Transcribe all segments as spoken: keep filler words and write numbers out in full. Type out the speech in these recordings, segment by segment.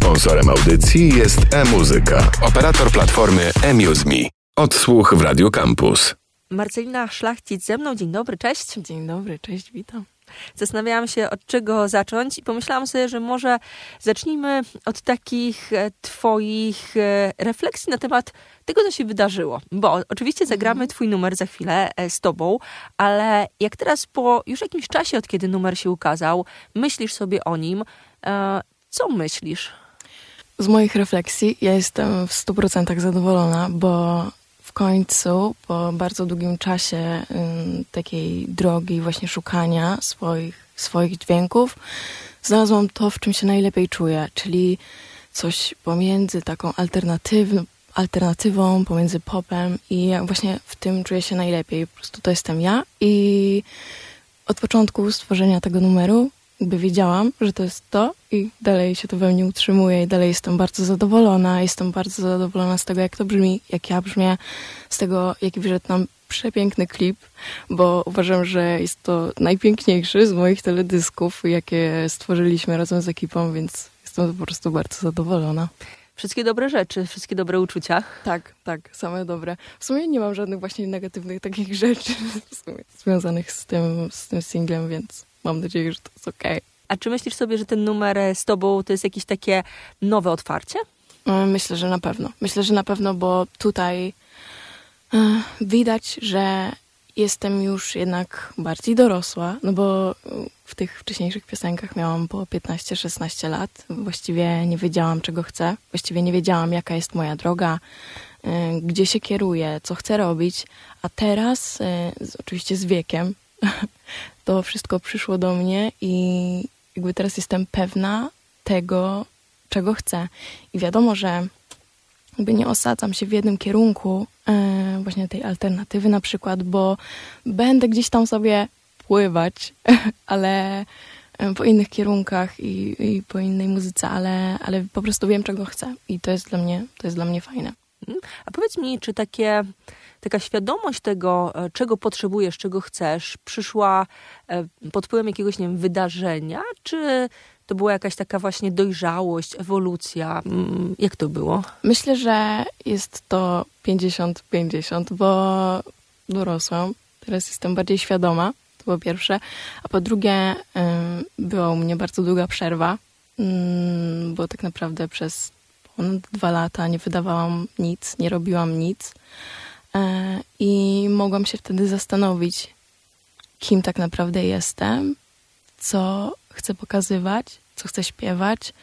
Sponsorem audycji jest e-muzyka, operator platformy eMuseMe. Odsłuch w Radio Campus. Marcelina Szlachcic ze mną. Dzień dobry, cześć. Dzień dobry, cześć, witam. Zastanawiałam się, od czego zacząć i pomyślałam sobie, że może zacznijmy od takich twoich refleksji na temat tego, co się wydarzyło. Bo oczywiście zagramy twój numer za chwilę z tobą, ale jak teraz po już jakimś czasie, od kiedy numer się ukazał, myślisz sobie o nim, co myślisz? Z moich refleksji ja jestem w stu procentach zadowolona, bo w końcu po bardzo długim czasie y, takiej drogi właśnie szukania swoich, swoich dźwięków znalazłam to, w czym się najlepiej czuję, czyli coś pomiędzy taką alternatyw- alternatywą, pomiędzy popem i ja właśnie w tym czuję się najlepiej. Po prostu to jestem ja i od początku stworzenia tego numeru jakby wiedziałam, że to jest to i dalej się to we mnie utrzymuje i dalej jestem bardzo zadowolona. Jestem bardzo zadowolona z tego, jak to brzmi, jak ja brzmię, z tego, jaki wyszedł nam przepiękny klip, bo uważam, że jest to najpiękniejszy z moich teledysków, jakie stworzyliśmy razem z ekipą, więc jestem po prostu bardzo zadowolona. Wszystkie dobre rzeczy, wszystkie dobre uczucia. Tak, tak, same dobre. W sumie nie mam żadnych właśnie negatywnych takich rzeczy w sumie związanych z tym, z tym singlem, więc mam nadzieję, że to jest okej. A czy myślisz sobie, że ten numer z tobą to jest jakieś takie nowe otwarcie? Myślę, że na pewno. Myślę, że na pewno, bo tutaj y, widać, że jestem już jednak bardziej dorosła, no bo w tych wcześniejszych piosenkach miałam po piętnaście szesnaście lat. Właściwie nie wiedziałam, czego chcę. Właściwie nie wiedziałam, jaka jest moja droga, y, gdzie się kieruję, co chcę robić. A teraz, y, z, oczywiście z wiekiem, to wszystko przyszło do mnie i jakby teraz jestem pewna tego, czego chcę. I wiadomo, że jakby nie osadzam się w jednym kierunku, yy, właśnie tej alternatywy na przykład, bo będę gdzieś tam sobie pływać, ale yy, po innych kierunkach i, i po innej muzyce, ale, ale po prostu wiem, czego chcę. I to jest dla mnie, to jest dla mnie fajne. A powiedz mi, czy takie, taka świadomość tego, czego potrzebujesz, czego chcesz, przyszła pod wpływem jakiegoś, nie wiem, wydarzenia, czy to była jakaś taka właśnie dojrzałość, ewolucja? Jak to było? Myślę, że jest to pięćdziesiąt pięćdziesiąt, bo dorosłam. Teraz jestem bardziej świadoma, to po pierwsze. A po drugie, była u mnie bardzo długa przerwa, bo tak naprawdę przez ponad dwa lata nie wydawałam nic, nie robiłam nic i mogłam się wtedy zastanowić, kim tak naprawdę jestem, co chcę pokazywać, co chcę śpiewać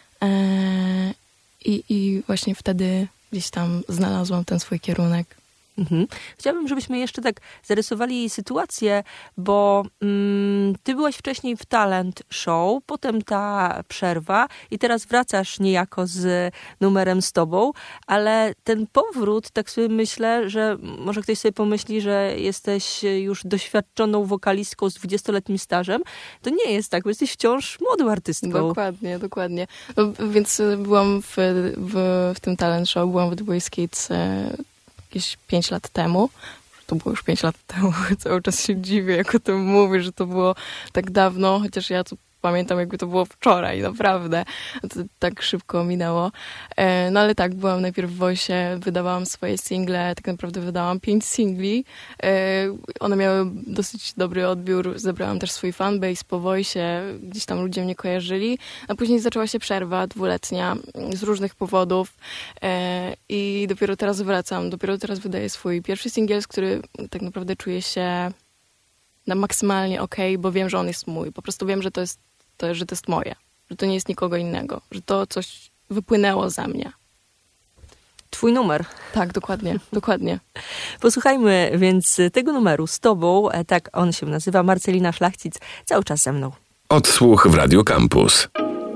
i, i właśnie wtedy gdzieś tam znalazłam ten swój kierunek. Mhm. Chciałabym, żebyśmy jeszcze tak zarysowali sytuację, bo mm, ty byłaś wcześniej w talent show, potem ta przerwa i teraz wracasz niejako z numerem z tobą, ale ten powrót, tak sobie myślę, że może ktoś sobie pomyśli, że jesteś już doświadczoną wokalistką z dwudziestoletnim stażem. To nie jest tak, bo jesteś wciąż młodą artystką. Dokładnie, dokładnie. No, więc byłam w, w, w tym talent show, byłam w The Boys Kids jakieś pięć lat temu. To było już pięć lat temu. Cały czas się dziwię, jak o tym mówię, że to było tak dawno, chociaż ja to pamiętam, jakby to było wczoraj, naprawdę. To tak szybko minęło. No ale tak, byłam najpierw w Voice'ie, wydawałam swoje single, tak naprawdę wydałam pięć singli. One miały dosyć dobry odbiór, zebrałam też swój fanbase po Voice'ie, gdzieś tam ludzie mnie kojarzyli, a później zaczęła się przerwa dwuletnia z różnych powodów i dopiero teraz wracam, dopiero teraz wydaję swój pierwszy singiel, z który tak naprawdę czuję się na maksymalnie okej, bo wiem, że on jest mój. Po prostu wiem, że to jest To, że to jest moje, że to nie jest nikogo innego, że to coś wypłynęło za mnie. Twój numer. Tak, dokładnie, dokładnie. Posłuchajmy więc tego numeru z tobą, tak on się nazywa, Marcelina Szlachcic, cały czas ze mną. Odsłuch w Radio Campus.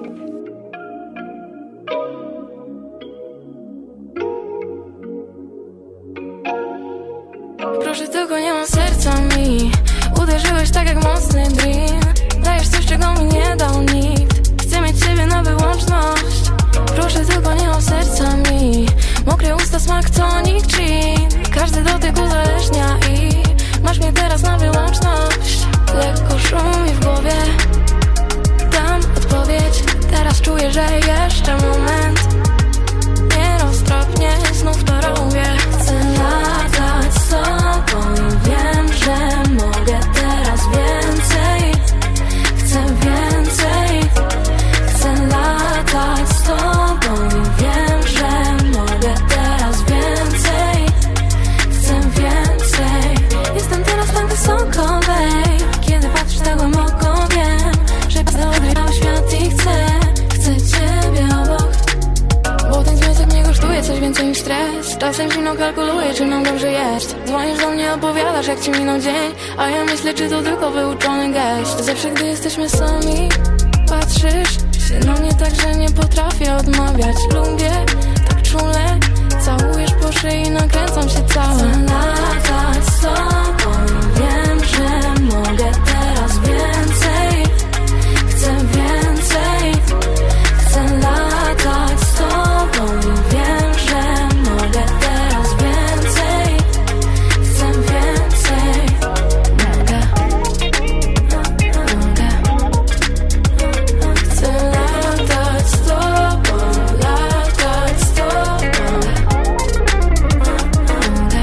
Proszę, tylko nie mam serca mi, uderzyłeś tak jak mocny dream. Dajesz coś, czego mi nie dał nikt. Chcę mieć ciebie na wyłączność. Proszę, tylko nie mam serca mi. Mokre usta, smak, tonic, gin. Każdy dotyk uzależnia i masz mnie teraz na wyłączność. Lekko szumi w głowie, dam odpowiedź. Teraz czuję, że jeszcze moment. Czasem zimno kalkuluję, czy nam dobrze jest. Dzwonisz do mnie, opowiadasz, jak ci minął dzień, a ja myślę, czy to tylko wyuczony gest. Zawsze, gdy jesteśmy sami, patrzysz się na mnie tak, że nie potrafię odmawiać. Lubię tak czule, całujesz po szyi i nakręcam się cała. Chcę latać z tobą, wiem, że mogę teraz więcej. Chcę więcej, chcę latać z tobą, wiem, że mogę teraz więcej. Chcę więcej, mogę, mogę. Chcę latać z tobą, latać z tobą, mogę.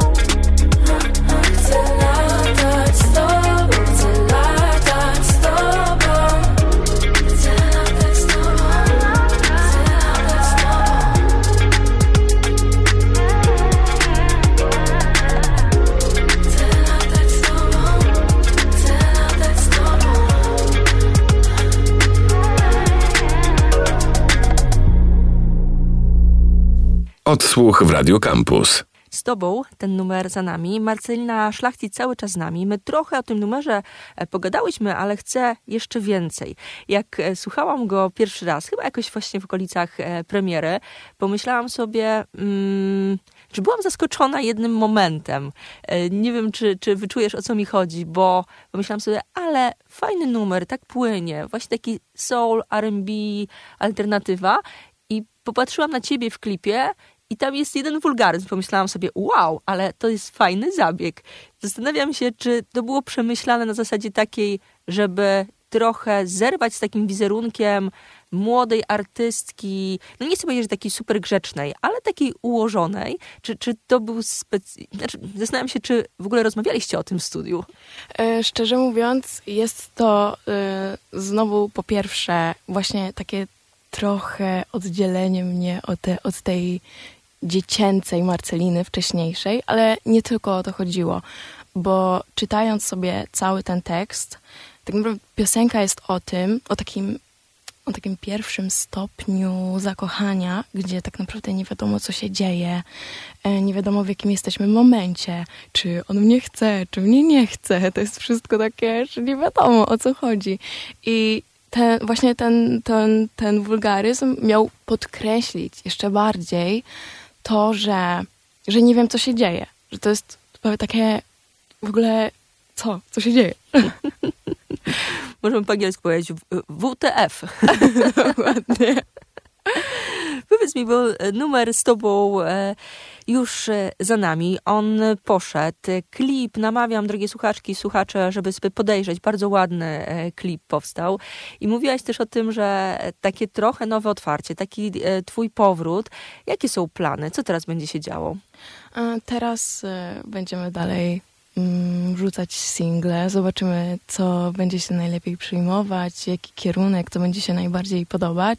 Chcę latać z tobą, chcę latać z tobą, chcę latać z tobą, chcę latać z tobą. Chcę latać z tobą, chcę latać z tobą. Odsłuch w Radio Campus. Z tobą ten numer za nami. Marcelina Szlachcic cały czas z nami. My trochę o tym numerze e, pogadałyśmy, ale chcę jeszcze więcej. Jak e, słuchałam go pierwszy raz, chyba jakoś właśnie w okolicach e, premiery, pomyślałam sobie, mm, że byłam zaskoczona jednym momentem. E, nie wiem, czy, czy wyczujesz, o co mi chodzi, bo pomyślałam sobie, ale fajny numer, tak płynie. Właśnie taki soul, R and B, alternatywa. I popatrzyłam na ciebie w klipie i tam jest jeden wulgaryzm. Pomyślałam sobie, wow, ale to jest fajny zabieg. Zastanawiam się, czy to było przemyślane na zasadzie takiej, żeby trochę zerwać z takim wizerunkiem młodej artystki, no nie chcę powiedzieć, że takiej super grzecznej, ale takiej ułożonej. Czy, czy to był specy... Znaczy, zastanawiam się, czy w ogóle rozmawialiście o tym w studiu. E, szczerze mówiąc, jest to e, znowu po pierwsze właśnie takie trochę oddzielenie mnie od, te, od tej dziecięcej Marceliny wcześniejszej, ale nie tylko o to chodziło, bo czytając sobie cały ten tekst, tak naprawdę piosenka jest o tym, o takim, o takim pierwszym stopniu zakochania, gdzie tak naprawdę nie wiadomo, co się dzieje, nie wiadomo, w jakim jesteśmy momencie, czy on mnie chce, czy mnie nie chce, to jest wszystko takie, że nie wiadomo, o co chodzi. I ten, właśnie ten, ten, ten wulgaryzm miał podkreślić jeszcze bardziej to, że, że nie wiem, co się dzieje. Że to jest takie w ogóle co? Co się dzieje? Możemy po angielsku powiedzieć W T F. Ładnie. Powiedz mi, bo numer z tobą już za nami. On poszedł. Klip, namawiam, drogie słuchaczki i słuchacze, żeby sobie podejrzeć. Bardzo ładny klip powstał. I mówiłaś też o tym, że takie trochę nowe otwarcie, taki twój powrót. Jakie są plany? Co teraz będzie się działo? Teraz będziemy dalej wrzucać single, zobaczymy, co będzie się najlepiej przyjmować, jaki kierunek, co będzie się najbardziej podobać.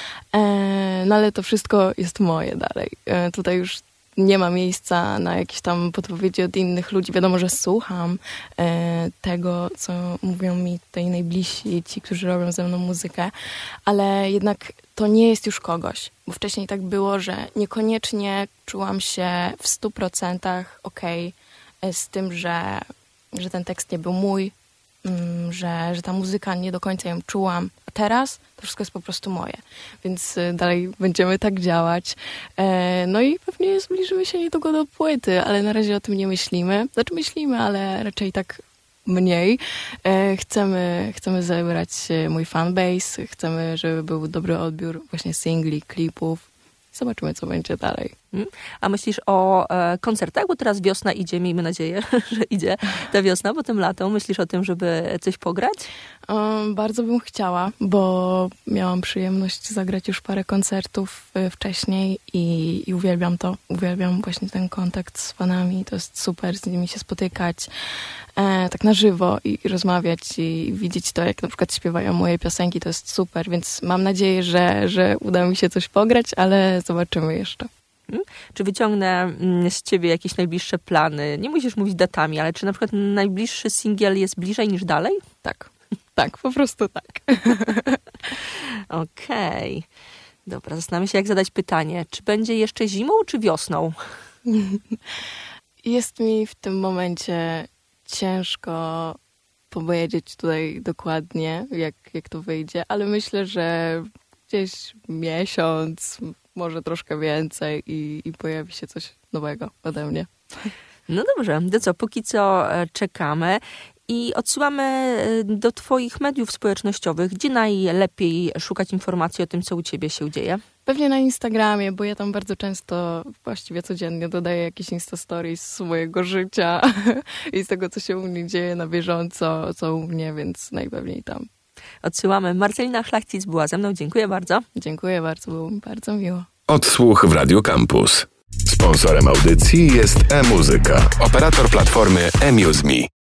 No ale to wszystko jest moje dalej. Tutaj już nie ma miejsca na jakieś tam podpowiedzi od innych ludzi. Wiadomo, że słucham tego, co mówią mi tutaj najbliżsi, ci, którzy robią ze mną muzykę, ale jednak to nie jest już kogoś. Bo wcześniej tak było, że niekoniecznie czułam się w stu procentach okej z tym, że, że ten tekst nie był mój, że, że ta muzyka nie do końca ją czułam. A teraz to wszystko jest po prostu moje. Więc dalej będziemy tak działać. No i pewnie zbliżymy się niedługo do płyty, ale na razie o tym nie myślimy. Znaczy myślimy, ale raczej tak mniej. Chcemy, chcemy zebrać mój fanbase, chcemy, żeby był dobry odbiór właśnie singli, klipów. Zobaczymy, co będzie dalej. A myślisz o e, koncertach? Bo teraz wiosna idzie, miejmy nadzieję, że idzie ta wiosna, potem lato. Myślisz o tym, żeby coś pograć? Um, bardzo bym chciała, bo miałam przyjemność zagrać już parę koncertów y, wcześniej i, i uwielbiam to. Uwielbiam właśnie ten kontakt z fanami. To jest super z nimi się spotykać e, tak na żywo i, i rozmawiać i widzieć to, jak na przykład śpiewają moje piosenki. To jest super, więc mam nadzieję, że, że uda mi się coś pograć, ale zobaczymy jeszcze. Czy wyciągnę z ciebie jakieś najbliższe plany? Nie musisz mówić datami, ale czy na przykład najbliższy singiel jest bliżej niż dalej? Tak, tak, po prostu tak. Okej. Okay. Dobra, zastanawiam się, jak zadać pytanie. Czy będzie jeszcze zimą, czy wiosną? Jest mi w tym momencie ciężko powiedzieć tutaj dokładnie, jak, jak to wyjdzie, ale myślę, że gdzieś miesiąc, może troszkę więcej i, i pojawi się coś nowego ode mnie. No dobrze, to co, póki co czekamy i odsyłamy do twoich mediów społecznościowych. Gdzie najlepiej szukać informacji o tym, co u ciebie się dzieje? Pewnie na Instagramie, bo ja tam bardzo często, właściwie codziennie dodaję jakieś Instastories z mojego życia i z tego, co się u mnie dzieje na bieżąco, co u mnie, więc najpewniej tam. Odsyłamy. Marcelina Szlachcic była ze mną. Dziękuję bardzo. Dziękuję bardzo, było mi bardzo miło. Odsłuch w Radio Campus. Sponsorem audycji jest e-muzyka, operator platformy eMuseMe.